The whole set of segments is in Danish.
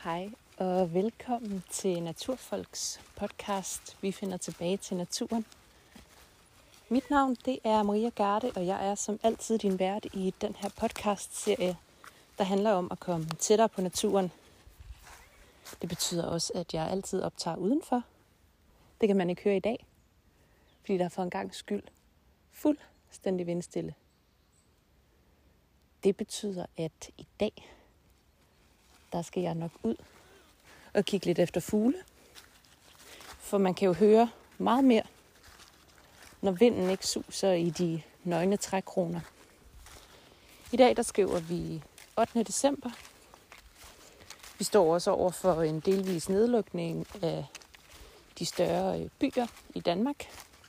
Hej og velkommen til Naturfolks podcast. Vi finder tilbage til naturen. Mit navn det er Maria Garde, og jeg er som altid din vært i den her podcast-serie, der handler om at komme tættere på naturen. Det betyder også, at jeg altid optager udenfor. Det kan man ikke høre i dag, fordi der for en gangs skyld fuldstændig vindstille. Det betyder, at i dag, der skal jeg nok ud og kigge lidt efter fugle. For man kan jo høre meget mere, når vinden ikke suser i de nøgne trækroner. I dag, der skriver vi 8. december. Vi står også over for en delvis nedlukning af de større byer i Danmark.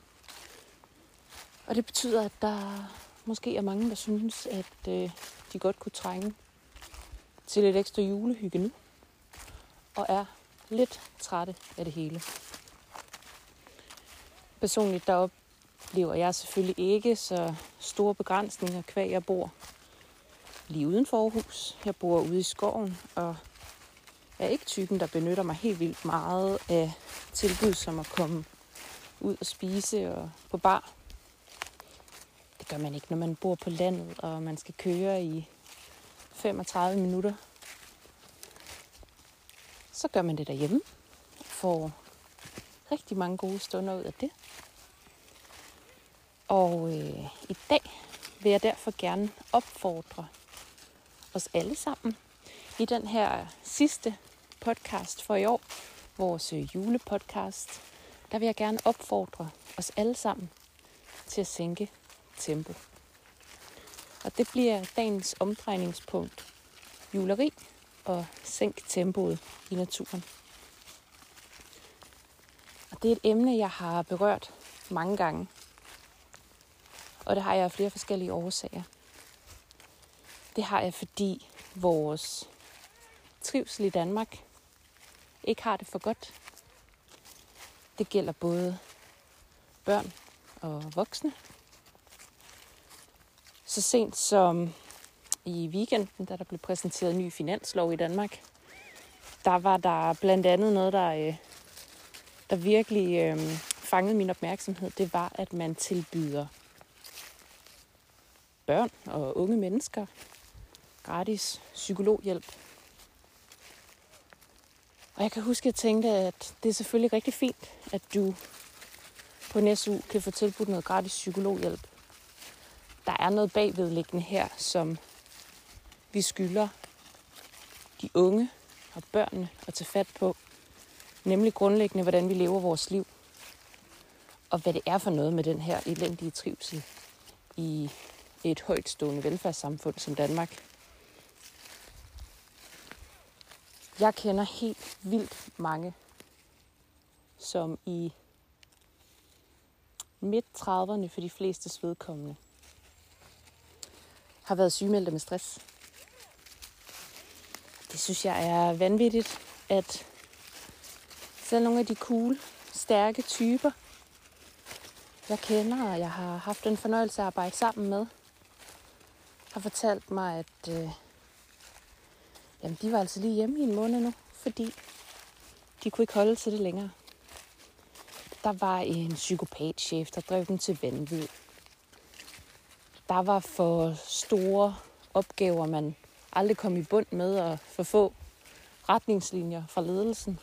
Og det betyder, at der måske er mange, der synes, at de godt kunne trænge til lidt ekstra julehygge nu, og er lidt trætte af det hele. Personligt der oplever jeg selvfølgelig ikke så store begrænsninger, kvæg jeg bor lige uden for Aarhus. Jeg bor ude i skoven, og er ikke typen, der benytter mig helt vildt meget af tilbud som at komme ud og spise og på bar. Det gør man ikke, når man bor på landet, og man skal køre i 35 minutter. Så gør man det derhjemme. Får rigtig mange gode stunder ud af det. Og i dag vil jeg derfor gerne opfordre os alle sammen i den her sidste podcast for i år, vores julepodcast, der vil jeg gerne opfordre os alle sammen til at sænke tempo. Og det bliver dagens omdrejningspunkt, juleri og sænk tempoet i naturen. Og det er et emne, jeg har berørt mange gange. Og det har jeg af flere forskellige årsager. Det har jeg, fordi vores trivsel i Danmark ikke har det for godt. Det gælder både børn og voksne. Så sent som i weekenden, da der blev præsenteret en ny finanslov i Danmark, der var der blandt andet noget, der virkelig fangede min opmærksomhed. Det var, at man tilbyder børn og unge mennesker gratis psykologhjælp. Og jeg kan huske, at jeg tænkte, at det er selvfølgelig rigtig fint, at du på en SU kan få tilbudt noget gratis psykologhjælp. Der er noget bagvedliggende her, som vi skylder de unge og børnene at tage fat på. Nemlig grundlæggende, hvordan vi lever vores liv. Og hvad det er for noget med den her elendige trivsel i et højtstående velfærdssamfund som Danmark. Jeg kender helt vildt mange, som i midt-30'erne for de flestes vedkommende har været sygemeldte med stress. Det synes jeg er vanvittigt, at selv nogle af de cool, stærke typer, jeg kender, og jeg har haft en fornøjelse at arbejde sammen med, har fortalt mig, at de var altså lige hjemme i en måned nu, fordi de kunne ikke holde til det længere. Der var en psykopatchef, der drev dem til vanvid. Der var for store opgaver, man aldrig kom i bund med, og for få retningslinjer fra ledelsen.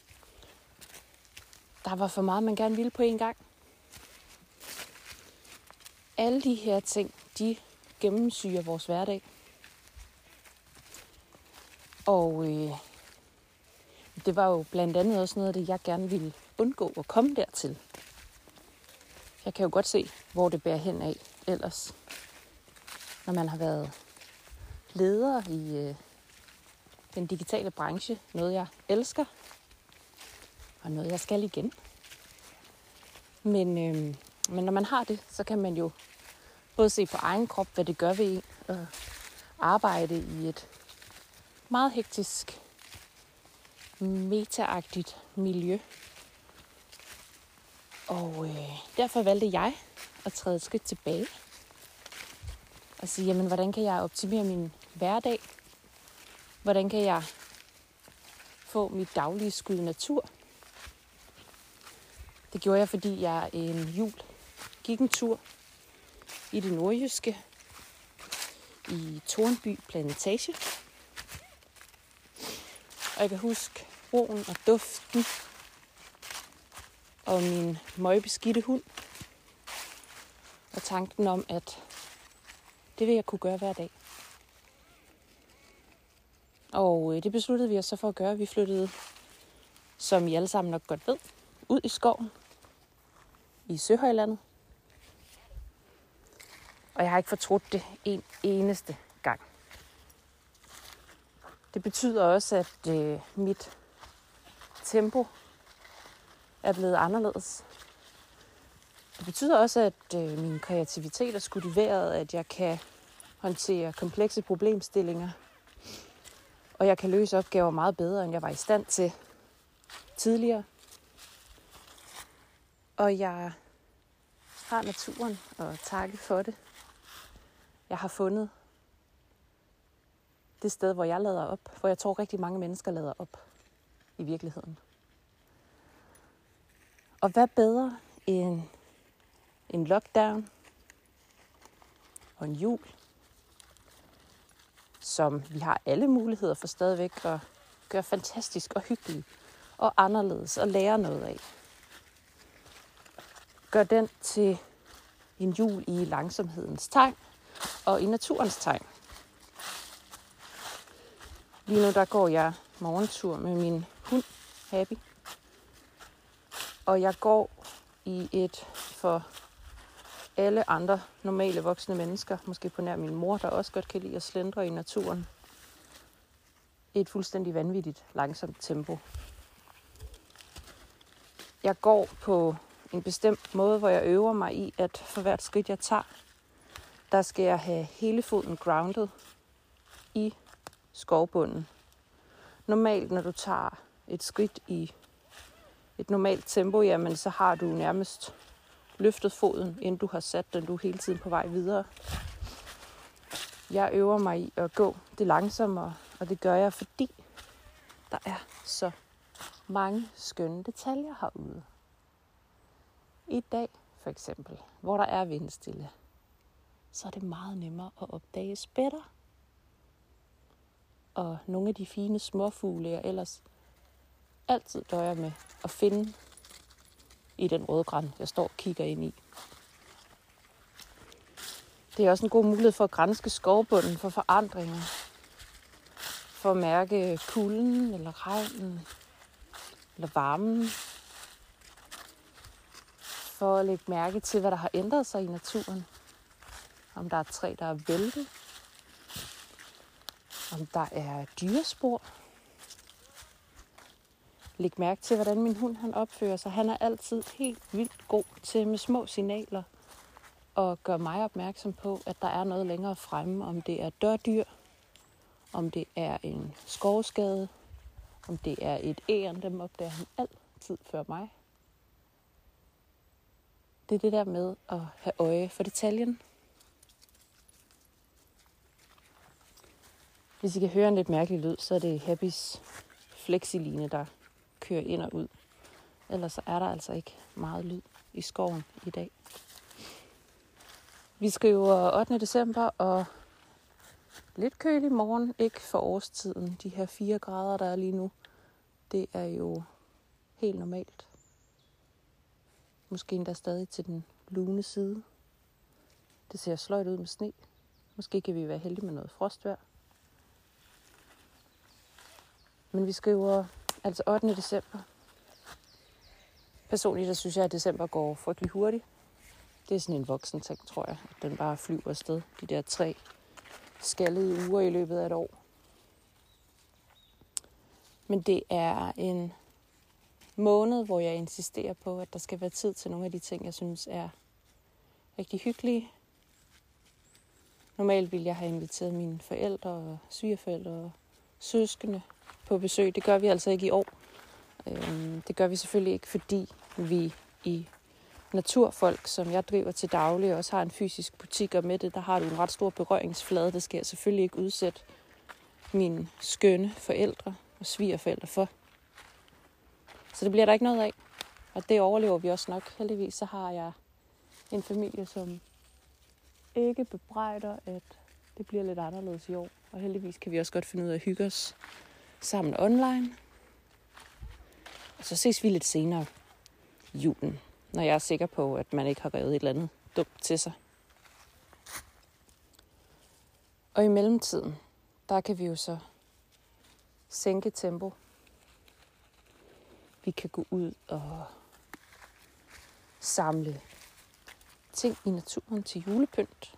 Der var for meget, man gerne ville på en gang. Alle de her ting, de gennemsyrer vores hverdag. Og det var jo blandt andet også noget af det, jeg gerne ville undgå at komme dertil. Jeg kan jo godt se, hvor det bærer hen af ellers. Når man har været leder i den digitale branche, noget jeg elsker, og noget jeg skal igen. Men når man har det, så kan man jo både se på egen krop, hvad det gør ved en, og arbejde i et meget hektisk, metaagtigt miljø. Og derfor valgte jeg at træde et skridt tilbage og sige, jamen, hvordan kan jeg optimere min hverdag? Hvordan kan jeg få mit daglige skud natur. Det gjorde jeg, fordi jeg en jul gik en tur i det nordjyske i Tornby Plantage. Og jeg kan huske roen og duften og min møgbeskidte hund. Og tanken om, at det vil jeg kunne gøre hver dag. Og det besluttede vi os så for at gøre. Vi flyttede, som I alle sammen nok godt ved, ud i skoven i Søhøjlandet. Og jeg har ikke fortrudt det en eneste gang. Det betyder også, at mit tempo er blevet anderledes. Det betyder også, at min kreativitet er skudt i vejret, at jeg kan håndtere komplekse problemstillinger. Og jeg kan løse opgaver meget bedre, end jeg var i stand til tidligere. Og jeg har naturen og takke for det. Jeg har fundet det sted, hvor jeg lader op. Hvor jeg tror rigtig mange mennesker lader op i virkeligheden. Og hvad bedre end en lockdown og en jul, som vi har alle muligheder for stadigvæk at gøre fantastisk og hyggelig og anderledes og lære noget af. Gør den til en jul i langsomhedens tegn og i naturens tegn. Lige nu der går jeg morgentur med min hund, Happy. Og jeg går i et for alle andre normale voksne mennesker, måske på nær min mor, der også godt kan lide at slendre i naturen, et fuldstændig vanvittigt langsomt tempo. Jeg går på en bestemt måde, hvor jeg øver mig i, at for hvert skridt jeg tager, der skal jeg have hele foden grounded i skovbunden. Normalt, når du tager et skridt i et normalt tempo, jamen så har du nærmest løftet foden, inden du har sat den, du er hele tiden på vej videre. Jeg øver mig i at gå det langsommere, og det gør jeg, fordi der er så mange skønne detaljer herude. I dag for eksempel, hvor der er vindstille, så er det meget nemmere at opdage spætter. Og nogle af de fine småfugle, jeg ellers altid døjer med at finde i den rødgran, jeg står og kigger ind i. Det er også en god mulighed for at granske skovbunden for forandringer. For at mærke kulden, eller regnen, eller varmen. For at lægge mærke til, hvad der har ændret sig i naturen. Om der er træ, der er væltet. Om der er dyrespor. Læg mærke til, hvordan min hund han opfører sig. Han er altid helt vildt god til med små signaler og gør mig opmærksom på, at der er noget længere fremme. Om det er dørdyr, om det er en skovskade, om det er et æren, dem opdager han altid før mig. Det er det der med at have øje for detaljen. Hvis I kan høre en lidt mærkelig lyd, så er det Happys flexiline, der kører ind og ud. Ellers så er der altså ikke meget lyd i skoven i dag. Vi skriver 8. december, og lidt kølig morgen, ikke for årstiden. De her 4 grader, der er lige nu, det er jo helt normalt. Måske endda stadig til den lune side. Det ser sløjt ud med sne. Måske kan vi være heldige med noget frostvejr. Men vi skriver altså 8. december. Personligt der synes jeg, at december går frygtelig hurtigt. Det er sådan en voksen ting, tror jeg. At den bare flyver afsted. De der 3 skaldede uger i løbet af et år. Men det er en måned, hvor jeg insisterer på, at der skal være tid til nogle af de ting, jeg synes er rigtig hyggelige. Normalt ville jeg have inviteret mine forældre og svigerforældre og søskende på besøg. Det gør vi altså ikke i år. Det gør vi selvfølgelig ikke, fordi vi i Naturfolk, som jeg driver til daglig, også har en fysisk butik, og med det, der har du en ret stor berøringsflade. Det skal jeg selvfølgelig ikke udsætte mine skønne forældre og svigerforældre for. Så det bliver der ikke noget af. Og det overlever vi også nok. Heldigvis så har jeg en familie, som ikke bebrejder, at det bliver lidt anderledes i år. Og heldigvis kan vi også godt finde ud af at hygge os sammen online. Og så ses vi lidt senere i julen, når jeg er sikker på, at man ikke har revet et eller andet dumt til sig. Og i mellemtiden, der kan vi jo så sænke tempo. Vi kan gå ud og samle ting i naturen til julepynt.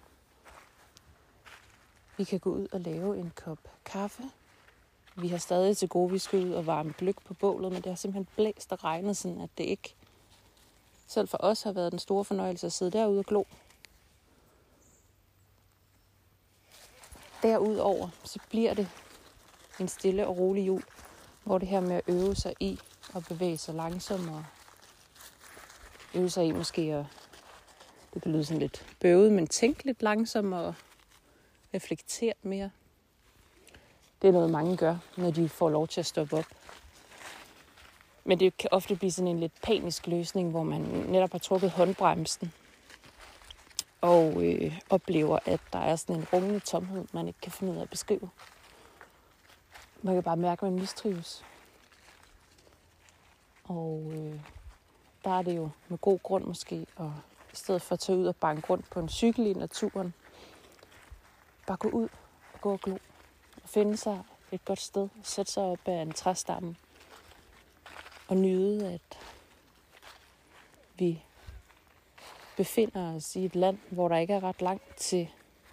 Vi kan gå ud og lave en kop kaffe. Vi har stadig til gode, vi skal ud og varme gløgg på bålet, men det har simpelthen blæst og regnet, sådan at det ikke selv for os har været den store fornøjelse at sidde derude og glo. Derudover så bliver det en stille og rolig jul, hvor det her med at øve sig i og bevæge sig langsommere. Øve sig i måske at, det kan lyde sådan lidt bøvet, men tænke lidt langsommere og reflektere mere. Det er noget, mange gør, når de får lov til at stoppe op. Men det kan ofte blive sådan en lidt panisk løsning, hvor man netop har trukket håndbremsen og oplever, at der er sådan en rungende tomhed, man ikke kan finde ud af at beskrive. Man kan bare mærke, at man mistrives. Og der er det jo med god grund måske, og i stedet for at tage ud og banke rundt på en cykel i naturen, bare gå ud og gå og glo. Og finde sig et godt sted, sætte sig op af en træstamme og nyde, at vi befinder os i et land, hvor der ikke er ret langt til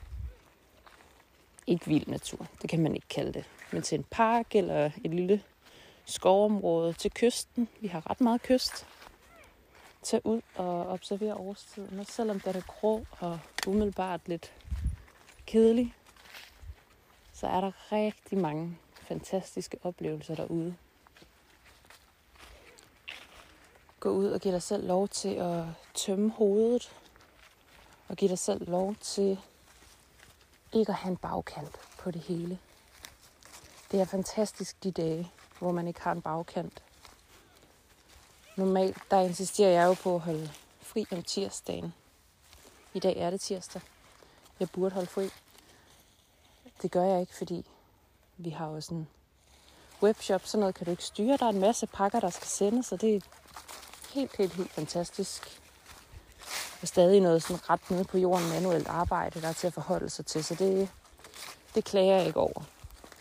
ikke vild natur. Det kan man ikke kalde det. Men til en park eller et lille skovområde til kysten. Vi har ret meget kyst. Tag ud og observere årstiden. Og selvom den er grå og umiddelbart lidt kedelig, så er der rigtig mange fantastiske oplevelser derude. Gå ud og giv dig selv lov til at tømme hovedet. Og giv dig selv lov til ikke at have en bagkant på det hele. Det er fantastisk de dage, hvor man ikke har en bagkant. Normalt, der insisterer jeg jo på at holde fri om tirsdagen. I dag er det tirsdag. Jeg burde holde fri. Det gør jeg ikke, fordi vi har jo sådan en webshop. Sådan noget kan du ikke styre. Der er en masse pakker, der skal sendes, og det er helt fantastisk. Og stadig noget sådan ret nede på jorden manuelt arbejde, der er til at forholde sig til. Så det klager jeg ikke over.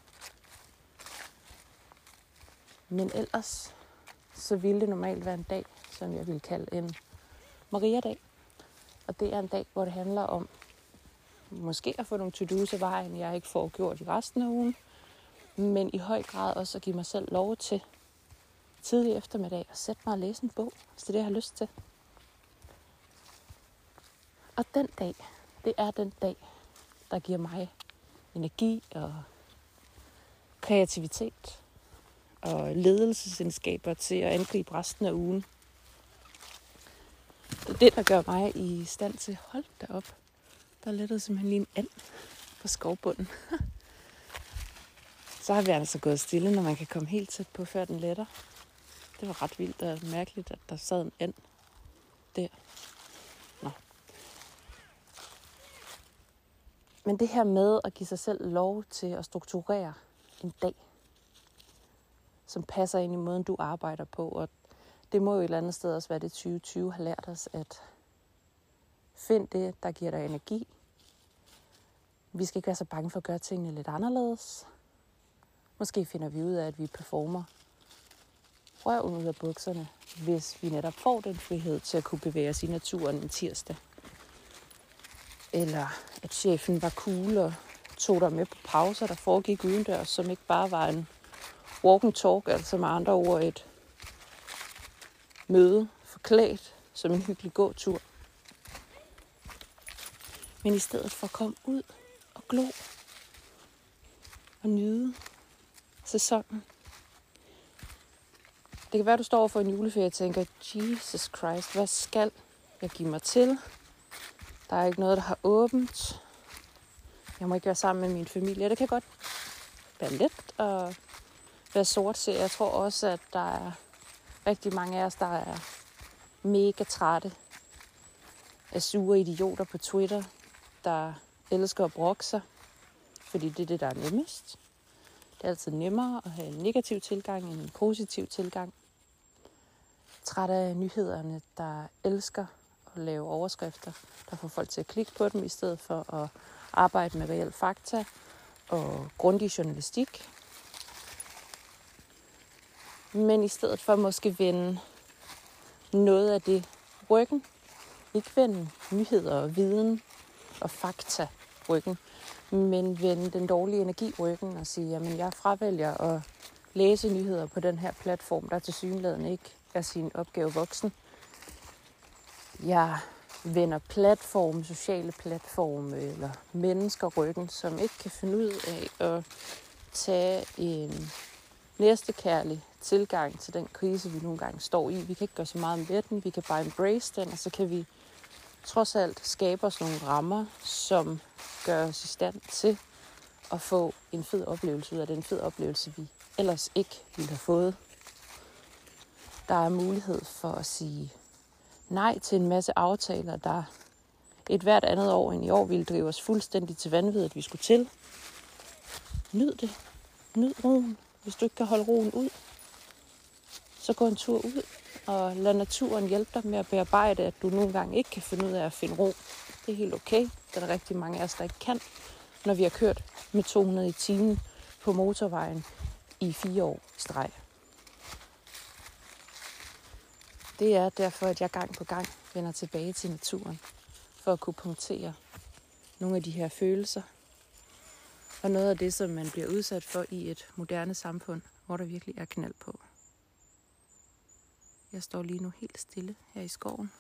Men ellers, så ville det normalt være en dag, som jeg ville kalde en Maria-dag. Og det er en dag, hvor det handler om måske at få nogle to-do's af vejen, jeg ikke får gjort i resten af ugen. Men i høj grad også at give mig selv lov til tidlig eftermiddag at sætte mig og læse en bog, hvis det er det, jeg har lyst til. Og den dag, det er den dag, der giver mig energi og kreativitet og ledelsesegenskaber til at angribe resten af ugen. Det er det, der gør mig i stand til at holde derop. Der lettede simpelthen lige en and på skovbunden. Så har vi altså gået stille, når man kan komme helt tæt på, før den letter. Det var ret vildt og mærkeligt, at der sad en and der. Nå. Men det her med at give sig selv lov til at strukturere en dag, som passer ind i måden, du arbejder på. Og det må jo et eller andet sted også være det 2020 har lært os, at find det, der giver dig energi. Vi skal ikke være så bange for at gøre tingene lidt anderledes. Måske finder vi ud af, at vi performer røven ud af bukserne, hvis vi netop får den frihed til at kunne bevæge os i naturen en tirsdag. Eller at chefen var cool og tog dig med på pauser, der foregik udendørs, som ikke bare var en walk and talk, altså med andre ord et møde forklædt som en hyggelig gåtur. Men i stedet for at komme ud og glo og nyde sæsonen. Det kan være, du står for en juleferie og tænker, Jesus Christ, hvad skal jeg give mig til? Der er ikke noget, der har åbent. Jeg må ikke være sammen med min familie. Det kan godt være let at være sort, så jeg tror også, at der er rigtig mange af os, der er mega trætte af sure idioter på Twitter, der elsker at brokke sig, fordi det er det, der er nemmest. Det er altid nemmere at have en negativ tilgang end en positiv tilgang. Træt af nyhederne, der elsker at lave overskrifter, der får folk til at klikke på dem, i stedet for at arbejde med reelle fakta og grundig journalistik. Men i stedet for måske vende noget af det ryggen, ikke vende nyheder og viden og fakta ryggen, men vende den dårlige energi ryggen og sige, jamen jeg fravælger at læse nyheder på den her platform, der tilsyneladende ikke er sin opgave voksen. Jeg vender platforme, sociale platforme eller mennesker ryggen, som ikke kan finde ud af at tage en næstekærlig tilgang til den krise, vi nogle gange står i. Vi kan ikke gøre så meget med den, vi kan bare embrace den, og så kan vi trods alt skabe os nogle rammer, som gør os i stand til at få en fed oplevelse ud af den fed oplevelse, vi ellers ikke ville have fået. Der er mulighed for at sige nej til en masse aftaler, der et hvert andet år end i år ville drive os fuldstændig til vanvid, at vi skulle til. Nyd det. Nyd roen. Hvis du ikke kan holde roen ud, så gå en tur ud og lad naturen hjælpe dig med at bearbejde, at du nogle gange ikke kan finde ud af at finde ro. Det er helt okay. Der er rigtig mange af os, der ikke kan, når vi har kørt med 200 i timen på motorvejen i 4 år i streg. Det er derfor, at jeg gang på gang vender tilbage til naturen, for at kunne punktere nogle af de her følelser, og noget af det, som man bliver udsat for i et moderne samfund, hvor der virkelig er knald på. Jeg står lige nu helt stille her i skoven,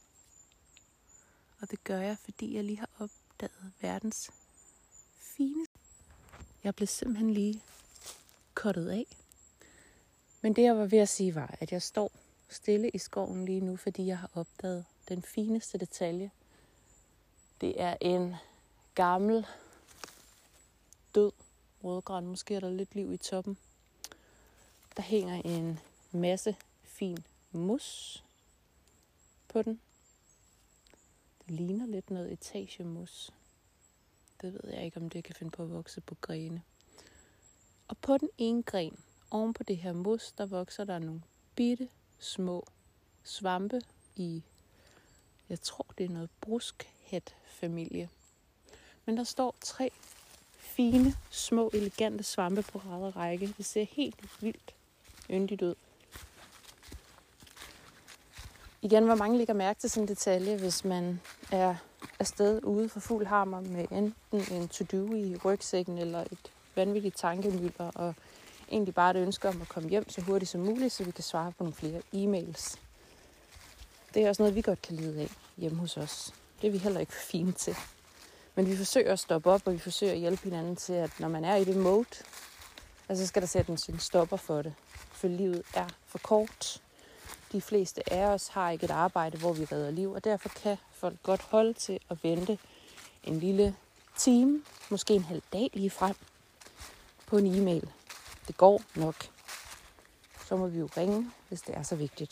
og det gør jeg, fordi jeg lige har opdaget verdens fineste. Jeg blev simpelthen lige kottet af. Men det, jeg var ved at sige, var, at jeg står stille i skoven lige nu, fordi jeg har opdaget den fineste detalje. Det er en gammel, død rødgran. Måske er der lidt liv i toppen. Der hænger en masse fin mos på den. Det ligner lidt noget etagemos. Det ved jeg ikke, om det kan finde på at vokse på grene. Og på den ene gren, oven på det her mos, der vokser der nogle bitte små svampe i, jeg tror det er noget bruskhat-familie. Men der står 3 fine, små, elegante svampe på rad og række. Det ser helt vildt yndigt ud. Igen, hvor mange lægger mærke til sådan en detalje, hvis man er afsted ude for fuld hammer med enten en to-do i rygsækken eller et vanvittigt tankemylder, og egentlig bare et ønske om at komme hjem så hurtigt som muligt, så vi kan svare på nogle flere e-mails. Det er også noget, vi godt kan lide af hjemme hos os. Det er vi heller ikke fine til. Men vi forsøger at stoppe op, og vi forsøger at hjælpe hinanden til, at når man er i det mode, så skal der sættes en stopper for det. For livet er for kort. De fleste af os har ikke et arbejde, hvor vi redder liv, og derfor kan folk godt holde til at vente en lille time, måske en halv dag lige frem, på en e-mail. Det går nok. Så må vi jo ringe, hvis det er så vigtigt.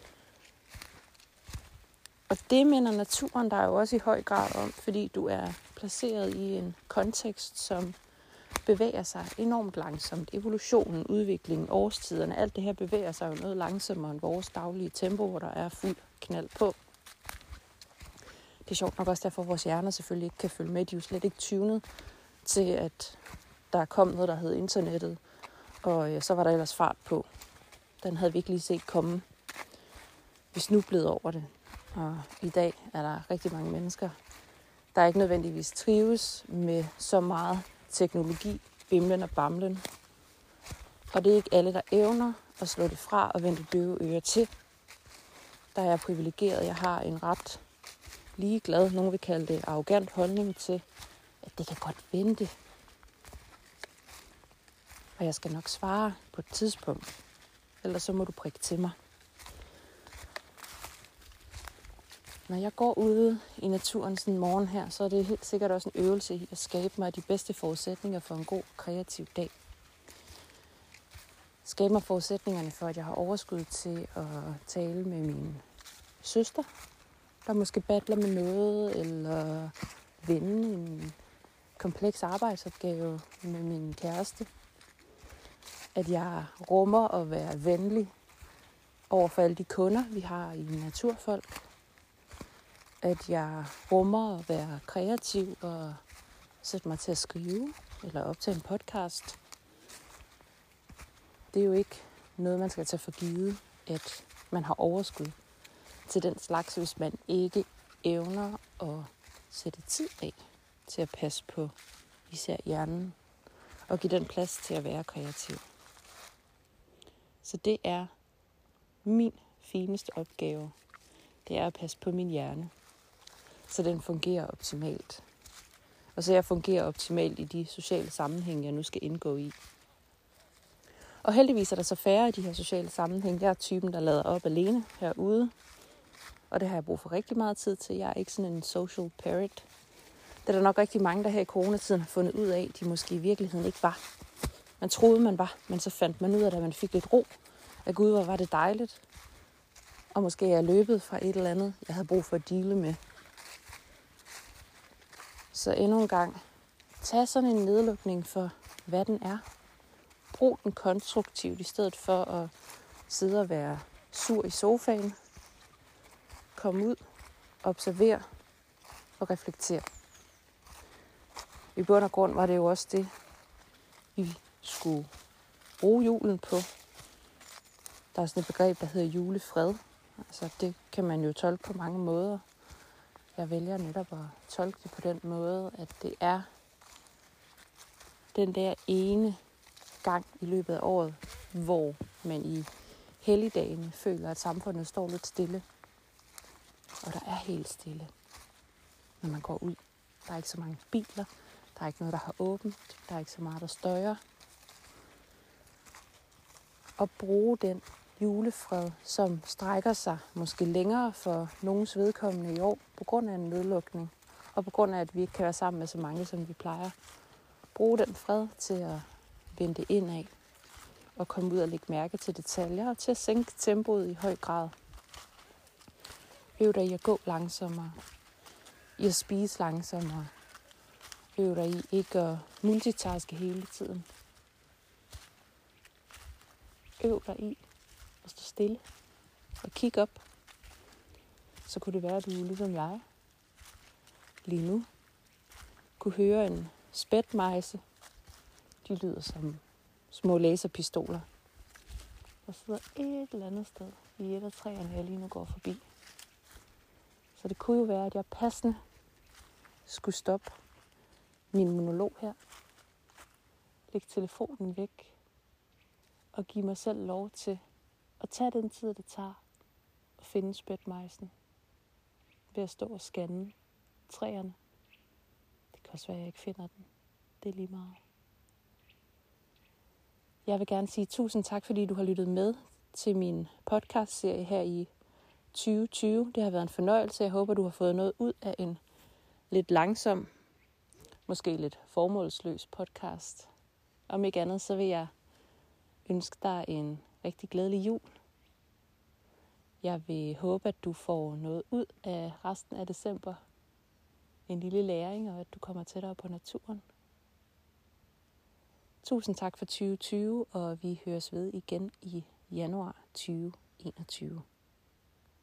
Og det minder naturen der jo også i høj grad om, fordi du er placeret i en kontekst, som bevæger sig enormt langsomt. Evolutionen, udviklingen, årstiderne, alt det her bevæger sig jo noget langsommere end vores daglige tempo, hvor der er fuld knald på. Det er sjovt nok også derfor, at vores hjerner selvfølgelig ikke kan følge med. De er jo slet ikke tunet til, at der kom noget, der hed internettet, og så var der ellers fart på. Den havde vi ikke lige set komme. Vi snublede over det. Og i dag er der rigtig mange mennesker, der ikke nødvendigvis trives med så meget teknologi, bimlen og bamlen. Og det er ikke alle, der evner at slå det fra og vende døve ører til. Der er jeg privilegeret. Jeg har en ret ligeglad, nogen vil kalde det arrogant holdning til, at det kan godt vente. Og jeg skal nok svare på et tidspunkt. Ellers så må du prikke til mig. Når jeg går ude i naturen sådan en morgen her, så er det helt sikkert også en øvelse i at skabe mig de bedste forudsætninger for en god, kreativ dag. skabe mig forudsætningerne for, at jeg har overskud til at tale med min søster, der måske battler med noget, eller vende en kompleks arbejdsopgave med min kæreste. At jeg rummer at være venlig over for alle de kunder, vi har i Naturfolk. At jeg rummer at være kreativ og sætte mig til at skrive eller optage en podcast. Det er jo ikke noget, man skal tage for givet, at man har overskud til den slags, hvis man ikke evner at sætte tid af til at passe på især hjernen og give den plads til at være kreativ. Så det er min fineste opgave. Det er at passe på min hjerne, så den fungerer optimalt. Og så jeg fungerer optimalt i de sociale sammenhænge, jeg nu skal indgå i. Og heldigvis er der så færre i de her sociale sammenhænge. Jeg er typen, der lader op alene herude. Og det har jeg brug for rigtig meget tid til. Jeg er ikke sådan en social parrot. Det er der nok rigtig mange, der her i coronatiden har fundet ud af, de måske i virkeligheden ikke var. Man troede, man var, men så fandt man ud af, at man fik lidt ro. At gud, hvor var det dejligt. Og måske er jeg løbet fra et eller andet, jeg havde brug for at deale med. Så endnu en gang, tag sådan en nedlukning for, hvad den er. Brug den konstruktivt, i stedet for at sidde og være sur i sofaen. Kom ud, observer og reflekter. I bund og grund var det jo også det, vi skulle bruge julen på. Der er sådan et begreb, der hedder julefred. Altså det kan man jo tolke på mange måder. Jeg vælger netop at tolke det på den måde, at det er den der ene gang i løbet af året, hvor man i helligdagene føler, at samfundet står lidt stille. Og der er helt stille, når man går ud. Der er ikke så mange biler, der er ikke noget, der har åbent, der er ikke så meget, der støjer. Og bruge den julefred, som strækker sig måske længere for nogens vedkommende i år, på grund af en nedlukning, og på grund af, at vi ikke kan være sammen med så mange, som vi plejer. Brug den fred til at vende det indad, og komme ud og lægge mærke til detaljer, og til at sænke tempoet i høj grad. Øv dig i at gå langsommere, i at spise langsommere. Øv dig i ikke at multitaske hele tiden. Øv dig i at stå stille og kigge op. Så kunne det være, at du ligesom jeg lige nu kunne høre en spætmejse. De lyder som små laserpistoler. Der sidder et eller andet sted i et af træerne, jeg lige nu går forbi. Så det kunne jo være, at jeg passende skulle stoppe min monolog her. Læg telefonen væk og give mig selv lov til at tage den tid, det tager at finde spætmejsen ved at stå og scanne træerne. Det kan også være, at jeg ikke finder den. Det er lige meget. Jeg vil gerne sige tusind tak, fordi du har lyttet med til min podcast-serie her i 2020. Det har været en fornøjelse. Jeg håber, du har fået noget ud af en lidt langsom, måske lidt formålsløs podcast. Om ikke andet, så vil jeg ønske dig en rigtig glædelig jul. Jeg vil håbe, at du får noget ud af resten af december. En lille læring, og at du kommer tættere på naturen. Tusind tak for 2020, og vi høres ved igen i januar 2021.